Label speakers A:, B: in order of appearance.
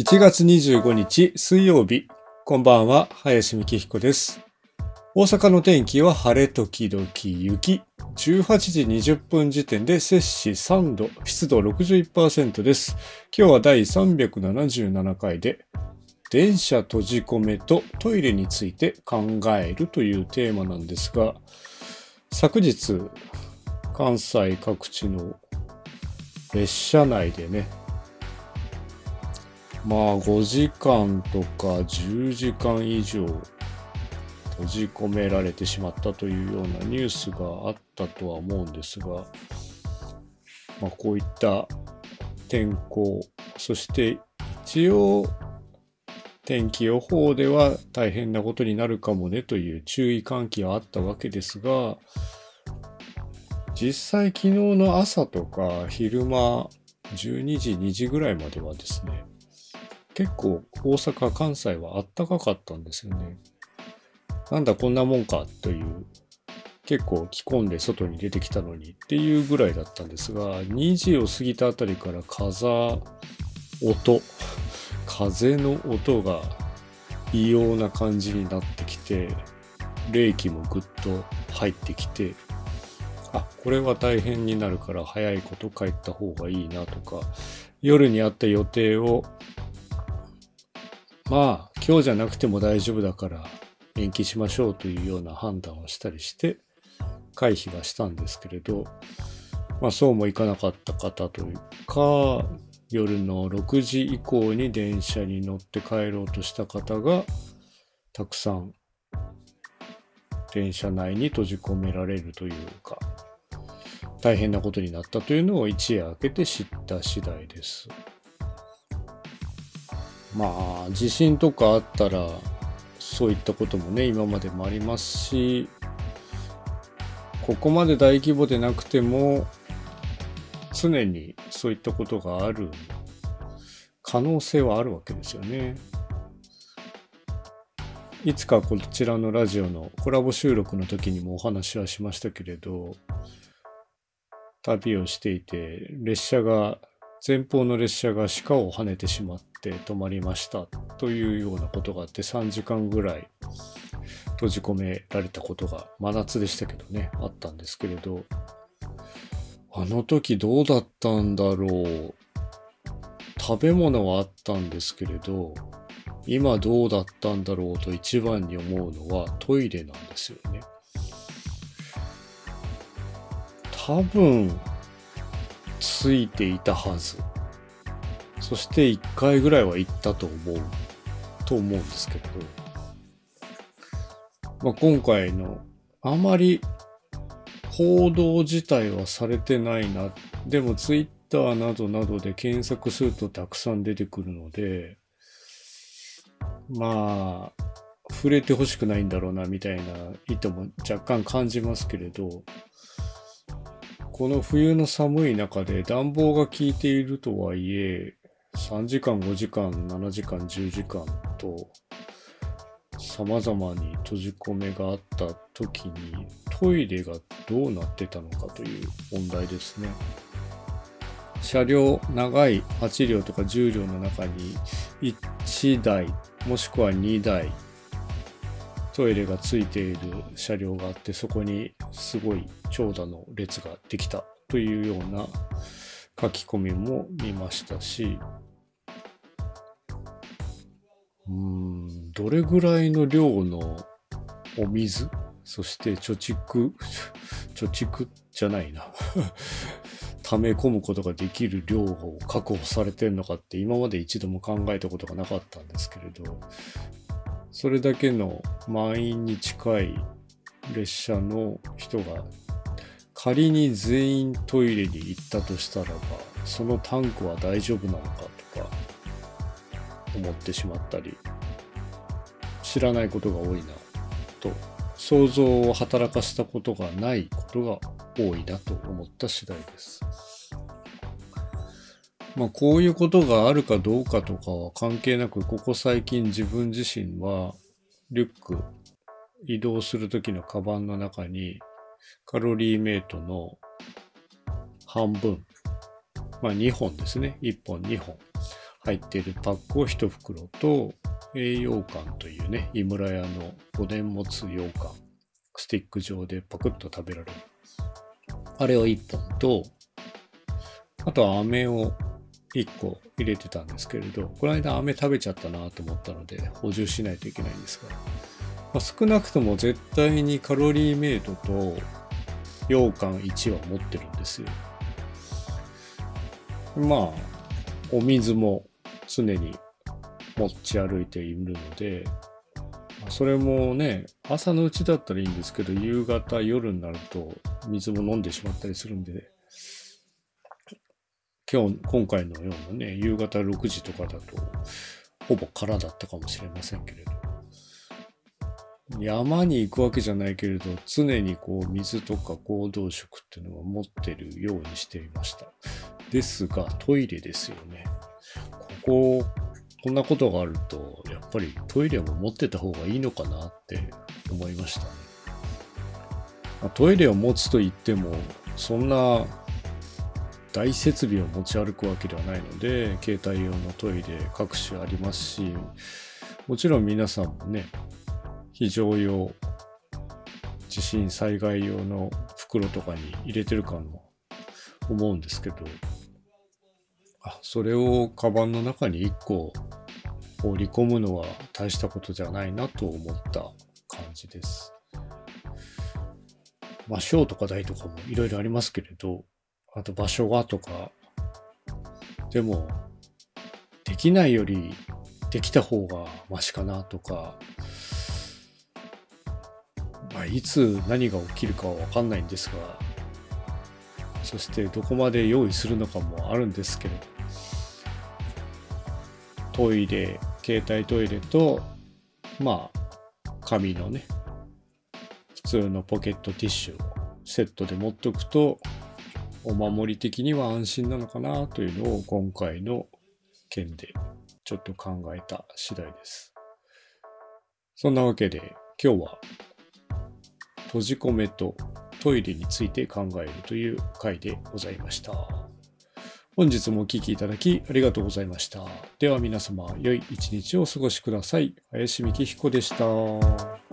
A: 1月25日水曜日、こんばんは、林美希彦です。大阪の天気は晴れ時々雪。18時20分時点で摂氏3度、湿度 61% です。今日は第377回で、電車閉じ込めとトイレについて考えるというテーマなんですが、昨日、関西各地の列車内でね、5時間とか10時間以上閉じ込められてしまったというようなニュースがあったとは思うんですが、こういった天候、そして一応天気予報では大変なことになるかもねという注意喚起はあったわけですが、実際昨日の朝とか昼間12時、2時ぐらいまではですね、結構大阪、関西はあったかかったんですよね。なんだこんなもんかという、結構着込んで外に出てきたのにっていうぐらいだったんですが、2時を過ぎたあたりから風の音が異様な感じになってきて、冷気もぐっと入ってきて、これは大変になるから早いこと帰った方がいいなとか、夜にあった予定を今日じゃなくても大丈夫だから延期しましょうというような判断をしたりして回避はしたんですけれど、そうもいかなかった方というか、夜の6時以降に電車に乗って帰ろうとした方がたくさん電車内に閉じ込められるというか、大変なことになったというのを一夜明けて知った次第です。地震とかあったらそういったこともね、今までもありますし、ここまで大規模でなくても常にそういったことがある可能性はあるわけですよね。いつかこちらのラジオのコラボ収録の時にもお話はしましたけれど、旅をしていて前方の列車が鹿を跳ねてしまって止まりましたというようなことがあって、3時間ぐらい閉じ込められたことが真夏でしたけどね、あったんですけれど、あの時どうだったんだろう。食べ物はあったんですけれど、今どうだったんだろうと一番に思うのはトイレなんですよね。多分ついていたはず。そして1回ぐらいは行ったと思うんですけれど、今回のあまり報道自体はされてないな。でもツイッターなどなどで検索するとたくさん出てくるので、触れてほしくないんだろうなみたいな意図も若干感じますけれど、この冬の寒い中で暖房が効いているとはいえ、3時間、5時間、7時間、10時間と様々に閉じ込めがあった時にトイレがどうなってたのかという問題ですね。車両、長い8両とか10両の中に1台もしくは2台トイレがついている車両があって、そこにすごい長蛇の列ができたというような書き込みも見ましたし、どれぐらいの量のお水、そして貯蓄じゃないな溜め込むことができる量を確保されてるのかって今まで一度も考えたことがなかったんですけれど、それだけの満員に近い列車の人が仮に全員トイレに行ったとしたらば、そのタンクは大丈夫なのかとか思ってしまったり、知らないことが多いなと、想像を働かせたことがないことが多いなと思った次第です。こういうことがあるかどうかとかは関係なく、ここ最近自分自身はリュック、移動する時のカバンの中にカロリーメイトの半分、2本ですね、1本2本入っているパックを1袋と、栄養感というね、井村屋の5年持つ羊羹、スティック状でパクッと食べられる。あれを1本と、あとは飴を1個入れてたんですけれど、この間飴食べちゃったなと思ったので補充しないといけないんですが、少なくとも絶対にカロリーメイトと羊羹1は持ってるんですよ。まあ、お水も常に持ち歩いているので、それもね、朝のうちだったらいいんですけど、夕方、夜になると水も飲んでしまったりするんで、今回のようなね、夕方6時とかだと、ほぼ空だったかもしれませんけれど、山に行くわけじゃないけれど、常にこう水とか行動食っていうのは持ってるようにしていました。ですが、トイレですよね。こんなことがあると、やっぱりトイレも持ってた方がいいのかなって思いましたね。トイレを持つと言っても、そんな大設備を持ち歩くわけではないので、携帯用のトイレ各種ありますし、もちろん皆さんもね、非常用、地震災害用の袋とかに入れてるかも思うんですけど、それをカバンの中に1個放り込むのは大したことじゃないなと思った感じです。小とか大とかもいろいろありますけれど、あと場所がとか、でも、できないよりできた方がマシかなとか、いつ何が起きるかはわかんないんですが、そしてどこまで用意するのかもあるんですけれど、トイレ、携帯トイレと、紙のね、普通のポケットティッシュをセットで持っておくと、お守り的には安心なのかなというのを今回の件でちょっと考えた次第です。そんなわけで今日は閉じ込めとトイレについて考えるという回でございました。本日もお聞きいただきありがとうございました。では皆様、良い一日をお過ごしください。林幹彦でした。